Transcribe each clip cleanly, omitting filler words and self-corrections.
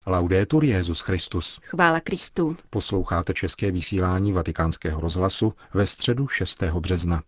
Laudetur Jesus Christus. Chvála Kristu. Posloucháte české vysílání Vatikánského rozhlasu ve středu 6. března.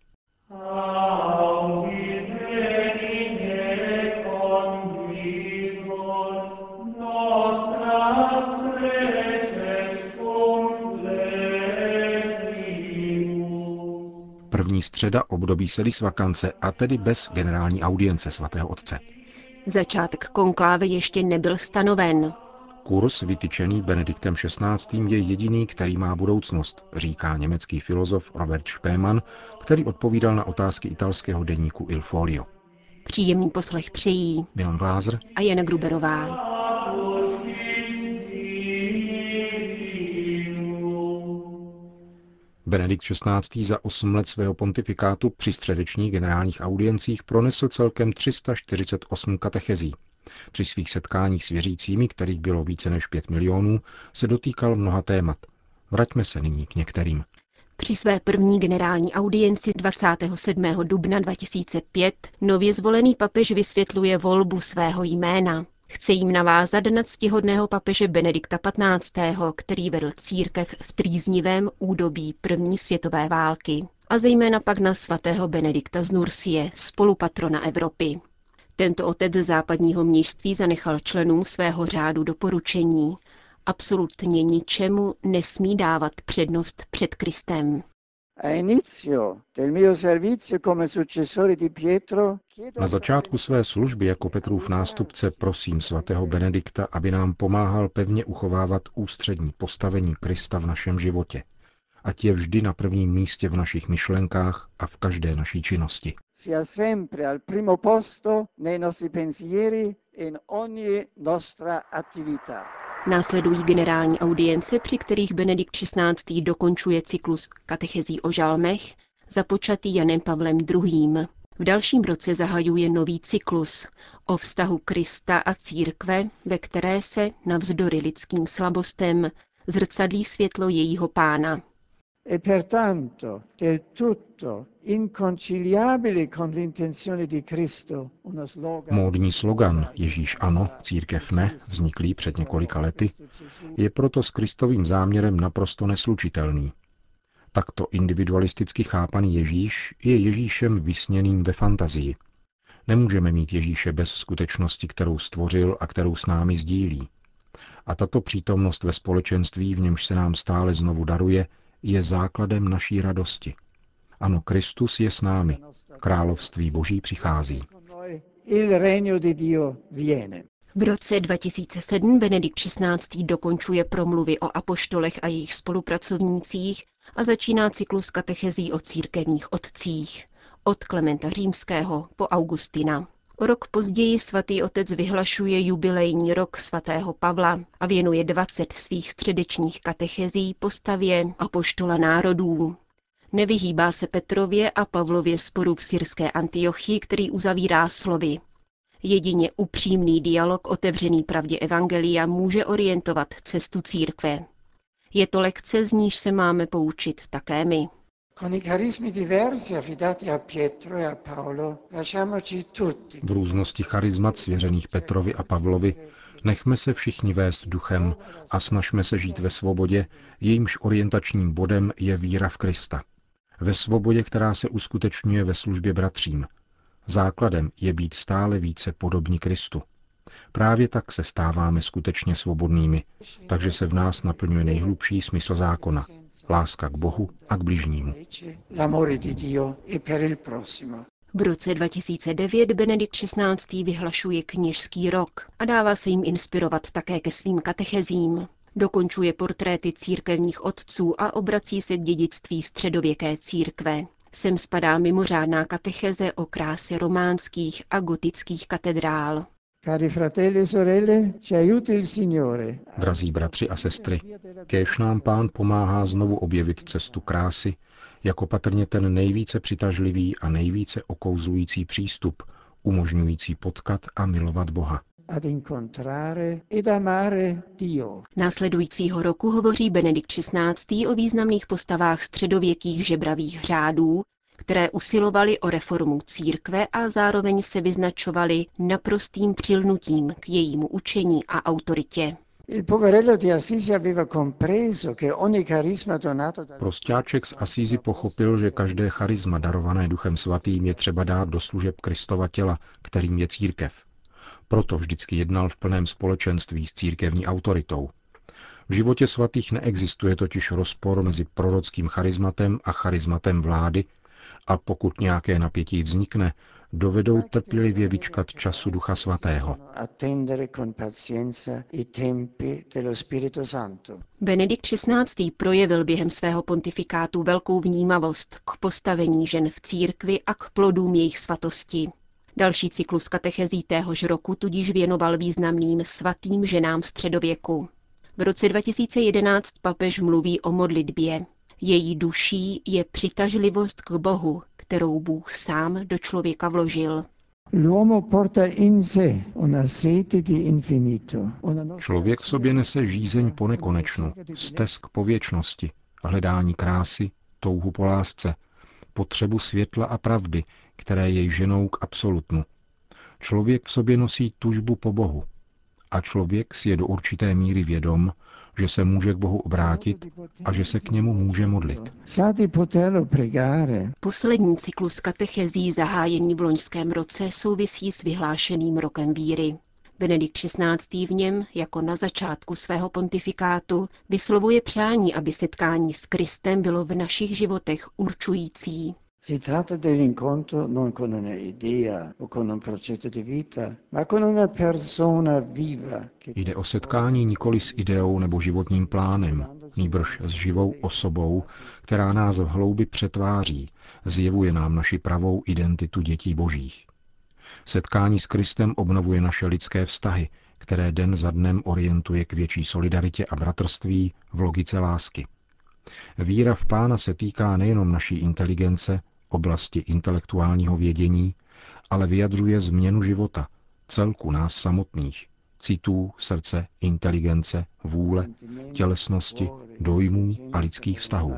První středa období sedis vakance a tedy bez generální audience svatého otce. Začátek konklávy ještě nebyl stanoven. Kurz vytyčený Benediktem XVI. Je jediný, který má budoucnost, říká německý filozof Robert Spemann, který odpovídal na otázky italského deníku Il Foglio. Příjemný poslech přejí Milan Glázer a Jana Gruberová. Benedikt XVI. Za 8 let svého pontifikátu při středečních generálních audiencích pronesl celkem 348 katechezí. Při svých setkáních s věřícími, kterých bylo více než 5 milionů, se dotýkal mnoha témat. Vraťme se nyní k některým. Při své první generální audienci 27. dubna 2005 nově zvolený papež vysvětluje volbu svého jména. Chce jim navázat na ctihodného papeže Benedikta XV., který vedl církev v trýznivém údobí první světové války. A zejména pak na svatého Benedikta z Nursie, spolupatrona Evropy. Tento otec západního mnišství zanechal členům svého řádu doporučení. Absolutně ničemu nesmí dávat přednost před Kristem. Na začátku své služby jako Petrův nástupce prosím svatého Benedikta, aby nám pomáhal pevně uchovávat ústřední postavení Krista v našem životě. Ať je vždy na prvním místě v našich myšlenkách a v každé naší činnosti. Následují generální audience, při kterých Benedikt XVI. Dokončuje cyklus katechezí o žalmech, započatý Janem Pavlem II. V dalším roce zahajuje nový cyklus o vztahu Krista a církve, ve které se, navzdory lidským slabostem, zrcadlí světlo jejího Pána. Módní slogan Ježíš ano, církev ne, vzniklý před několika lety, je proto s Kristovým záměrem naprosto neslučitelný. Takto individualisticky chápaný Ježíš je Ježíšem vysněným ve fantazii. Nemůžeme mít Ježíše bez skutečnosti, kterou stvořil a kterou s námi sdílí. A tato přítomnost ve společenství, v němž se nám stále znovu daruje, je základem naší radosti. Ano, Kristus je s námi. Království Boží přichází. V roce 2007 Benedikt XVI. Dokončuje promluvy o apoštolech a jejich spolupracovnících a začíná cyklus katechezí o církevních otcích. Od Klementa Římského po Augustina. O rok později svatý otec vyhlašuje jubilejní rok svatého Pavla a věnuje 20 svých středečních katechezí postavě apoštola národů. Nevyhýbá se Petrově a Pavlově sporu v syrské Antiochii, který uzavírá slovy. Jedině upřímný dialog otevřený pravdě evangelia může orientovat cestu církve. Je to lekce, z níž se máme poučit také my. V různosti charizmat svěřených Petrovi a Pavlovi nechme se všichni vést duchem a snažme se žít ve svobodě, jejímž orientačním bodem je víra v Krista. Ve svobodě, která se uskutečňuje ve službě bratřím. Základem je být stále více podobní Kristu. Právě tak se stáváme skutečně svobodnými, takže se v nás naplňuje nejhlubší smysl zákona. Láska k Bohu a k bližnímu. V roce 2009 Benedikt XVI. Vyhlašuje kněžský rok a dává se jim inspirovat také ke svým katechezím. Dokončuje portréty církevních otců a obrací se k dědictví středověké církve. Sem spadá mimořádná katecheze o kráse románských a gotických katedrál. Drazí bratři a sestry, kéž nám Pán pomáhá znovu objevit cestu krásy, jako patrně ten nejvíce přitažlivý a nejvíce okouzlující přístup, umožňující potkat a milovat Boha. Následujícího roku hovoří Benedikt XVI. O významných postavách středověkých žebravých řádů, které usilovaly o reformu církve a zároveň se vyznačovaly naprostým přilnutím k jejímu učení a autoritě. Prostáček z Asízy pochopil, že každé charisma darované Duchem Svatým je třeba dát do služeb Kristova těla, kterým je církev. Proto vždycky jednal v plném společenství s církevní autoritou. V životě svatých neexistuje totiž rozpor mezi prorockým charizmatem a charizmatem vlády a pokud nějaké napětí vznikne, dovedou trpělivě vyčkat času Ducha Svatého. Benedikt XVI. Projevil během svého pontifikátu velkou vnímavost k postavení žen v církvi a k plodům jejich svatosti. Další cyklus katechezí téhož roku tudíž věnoval významným svatým ženám středověku. V roce 2011 papež mluví o modlitbě. Její duší je přitažlivost k Bohu, kterou Bůh sám do člověka vložil. Člověk v sobě nese žízeň po nekonečnu, stesk po věčnosti, hledání krásy, touhu po lásce, potřebu světla a pravdy, které jej ženou k absolutnu. Člověk v sobě nosí tužbu po Bohu. A člověk si je do určité míry vědom, že se může k Bohu obrátit a že se k němu může modlit. Poslední cyklus katechezí zahájený v loňském roce souvisí s vyhlášeným rokem víry. Benedikt XVI. V něm, jako na začátku svého pontifikátu, vyslovuje přání, aby setkání s Kristem bylo v našich životech určující. Si tratta dell'incontro non con un'idea o con un progetto di vita, ma con una persona viva. Jde o setkání nikoli s ideou nebo životním plánem, nýbrž s živou osobou, která nás v hloubi přetváří, zjevuje nám naši pravou identitu dětí božích. Setkání s Kristem obnovuje naše lidské vztahy, které den za dnem orientuje k větší solidaritě a bratrství v logice lásky. Víra v Pána se týká nejenom naší inteligence, oblasti intelektuálního vědění, ale vyjadřuje změnu života, celku nás samotných, citů, srdce, inteligence, vůle, tělesnosti, dojmů a lidských vztahů.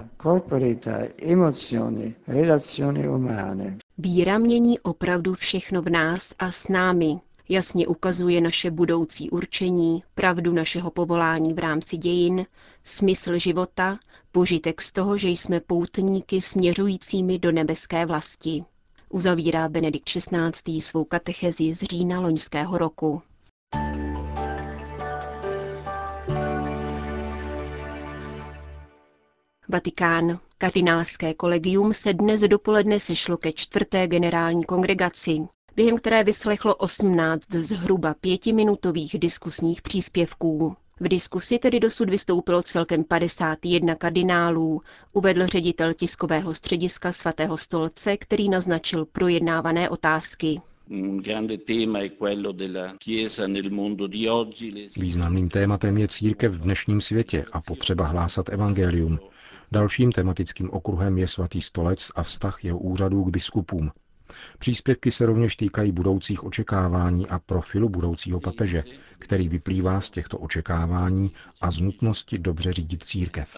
Víra mění opravdu všechno v nás a s námi. Jasně ukazuje naše budoucí určení, pravdu našeho povolání v rámci dějin, smysl života, požitek z toho, že jsme poutníky směřujícími do nebeské vlasti. Uzavírá Benedikt XVI. Svou katechezi z října loňského roku. Vatikán. Kardinálské kolegium se dnes dopoledne sešlo ke 4. generální kongregaci, během které vyslechlo 18 zhruba 5minutových diskusních příspěvků. V diskusi tedy dosud vystoupilo celkem 51 kardinálů, uvedl ředitel tiskového střediska Svatého stolce, který naznačil projednávané otázky. Významným tématem je církev v dnešním světě a potřeba hlásat evangelium. Dalším tematickým okruhem je Svatý stolec a vztah jeho úřadů k biskupům. Příspěvky se rovněž týkají budoucích očekávání a profilu budoucího papeže, který vyplývá z těchto očekávání a z nutnosti dobře řídit církev.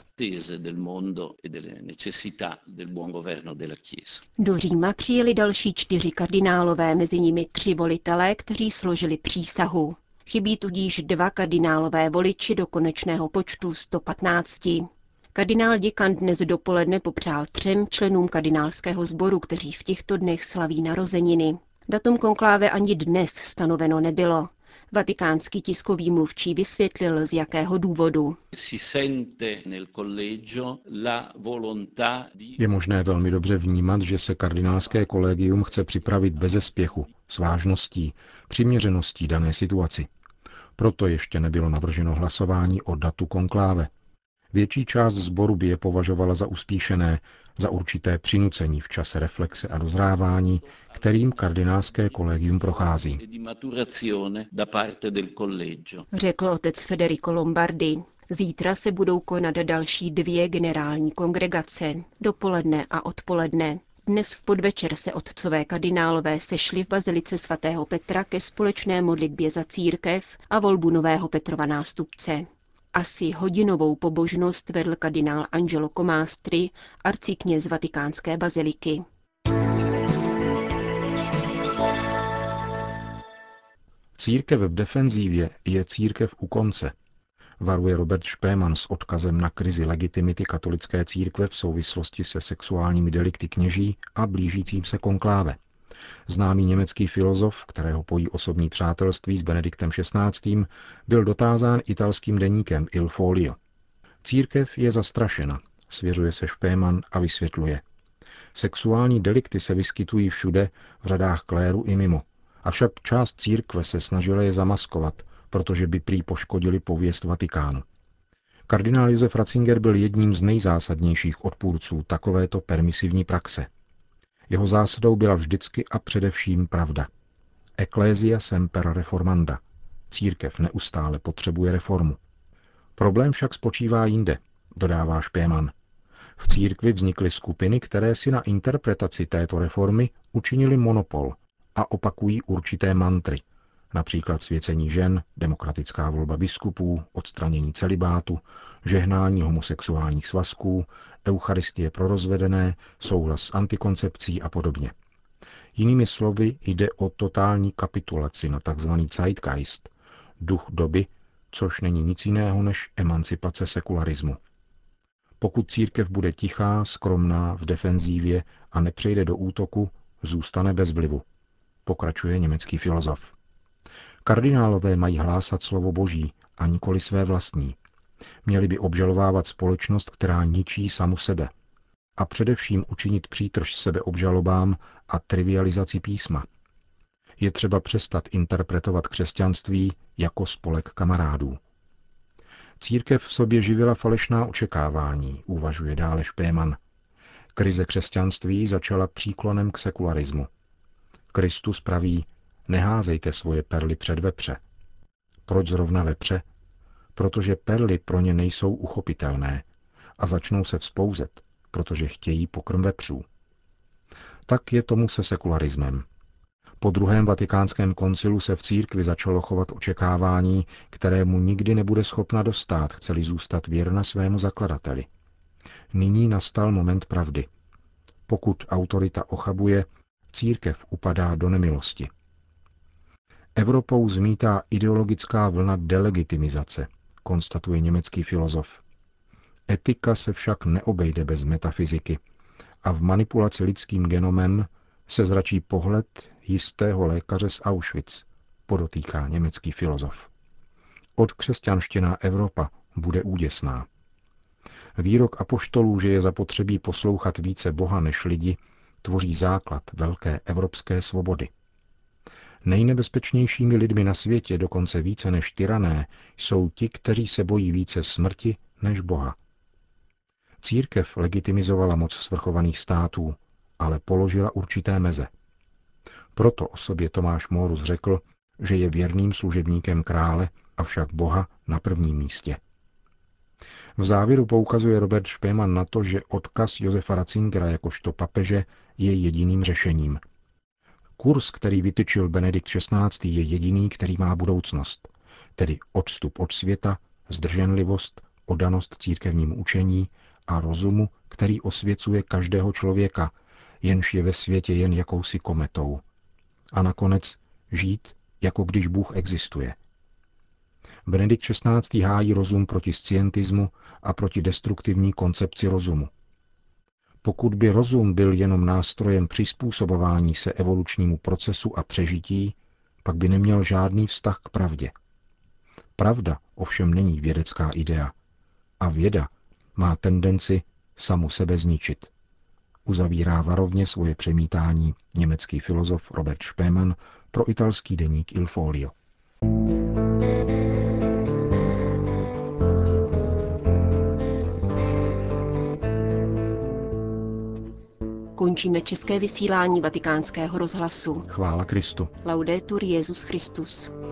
Do Říma přijeli další 4 kardinálové, mezi nimi 3 volitelé, kteří složili přísahu. Chybí tudíž 2 kardinálové voliči do konečného počtu 115. Kardinál děkan dnes dopoledne popřál 3 členům kardinálského sboru, kteří v těchto dnech slaví narozeniny. Datum konkláve ani dnes stanoveno nebylo. Vatikánský tiskový mluvčí vysvětlil, z jakého důvodu. Je možné velmi dobře vnímat, že se kardinálské kolegium chce připravit beze spěchu, s vážností, přiměřeností dané situaci. Proto ještě nebylo navrženo hlasování o datu konkláve. Větší část sboru by je považovala za uspíšené, za určité přinucení v čase reflexe a dozrávání, kterým kardinálské kolegium prochází. Řekl otec Federico Lombardi. Zítra se budou konat další 2 generální kongregace, dopoledne a odpoledne. Dnes v podvečer se otcové kardinálové sešli v bazilice svatého Petra ke společné modlitbě za církev a volbu nového Petrova nástupce. Asi hodinovou pobožnost vedl kardinál Angelo Comastri, arcikněz vatikánské baziliky. Církev v defenzívě je církev u konce. varuje Robert Špéman s odkazem na krizi legitimity katolické církve v souvislosti se sexuálními delikty kněží a blížícím se konkláve. Známý německý filozof, kterého pojí osobní přátelství s Benediktem XVI., byl dotázán italským deníkem Il Foglio. Církev je zastrašena, svěřuje se Špéman a vysvětluje. Sexuální delikty se vyskytují všude, v řadách kléru i mimo. Avšak část církve se snažila je zamaskovat, protože by prý poškodili pověst Vatikánu. Kardinál Josef Ratzinger byl jedním z nejzásadnějších odpůrců takovéto permisivní praxe. Jeho zásadou byla vždycky a především pravda. Ecclesia semper reformanda. Církev neustále potřebuje reformu. Problém však spočívá jinde, dodává Špéman. V církvi vznikly skupiny, které si na interpretaci této reformy učinili monopol a opakují určité mantry, například svěcení žen, demokratická volba biskupů, odstranění celibátu, žehnání homosexuálních svazků, eucharistie pro rozvedené, souhlas s antikoncepcí a podobně. Jinými slovy jde o totální kapitulaci na tzv. Zeitgeist, duch doby, což není nic jiného než emancipace sekularismu. Pokud církev bude tichá, skromná, v defenzívě a nepřejde do útoku, zůstane bez vlivu, pokračuje německý filozof. Kardinálové mají hlásat slovo Boží a nikoli své vlastní. Měli by obžalovávat společnost, která ničí samu sebe. A především učinit přítrž sebeobžalobám a trivializaci písma. Je třeba přestat interpretovat křesťanství jako spolek kamarádů. Církev v sobě živila falešná očekávání, uvažuje dále Špéman. Krize křesťanství začala příklonem k sekularismu. Kristus praví, neházejte svoje perly před vepře. Proč zrovna vepře? Protože perly pro ně nejsou uchopitelné a začnou se vzpouzet, protože chtějí pokrm vepřů. Tak je tomu se sekularismem. Po druhém vatikánském koncilu se v církvi začalo chovat očekávání, kterému nikdy nebude schopna dostát, chce-li zůstat věrna svému zakladateli. Nyní nastal moment pravdy. Pokud autorita ochabuje, církev upadá do nemilosti. Evropou zmítá ideologická vlna delegitimizace, konstatuje německý filozof. Etika se však neobejde bez metafyziky a v manipulaci lidským genomem se zračí pohled jistého lékaře z Auschwitz, podotýká německý filozof. Odkřesťanštěná Evropa bude úděsná. Výrok apoštolů, že je zapotřebí poslouchat více Boha než lidi, tvoří základ velké evropské svobody. Nejnebezpečnějšími lidmi na světě, dokonce více než tyrané, jsou ti, kteří se bojí více smrti než Boha. Církev legitimizovala moc svrchovaných států, ale položila určité meze. Proto o sobě Tomáš Mórus řekl, že je věrným služebníkem krále, avšak Boha na prvním místě. V závěru poukazuje Robert Špéman na to, že odkaz Josefa Ratzingera jakožto papeže je jediným řešením. Kurz, který vytyčil Benedikt XVI., je jediný, který má budoucnost, tedy odstup od světa, zdrženlivost, oddanost církevnímu učení a rozumu, který osvěcuje každého člověka, jenž je ve světě jen jakousi kometou. A nakonec žít, jako když Bůh existuje. Benedikt XVI. Hájí rozum proti scientismu a proti destruktivní koncepci rozumu. Pokud by rozum byl jenom nástrojem přizpůsobování se evolučnímu procesu a přežití, pak by neměl žádný vztah k pravdě. Pravda ovšem není vědecká idea a věda má tendenci samu sebe zničit. Uzavírá varovně svoje přemítání německý filozof Robert Špéman pro italský deník Il Foglio. Končíme české vysílání Vatikánského rozhlasu. Chvála Kristu. Laudetur Jesus Christus.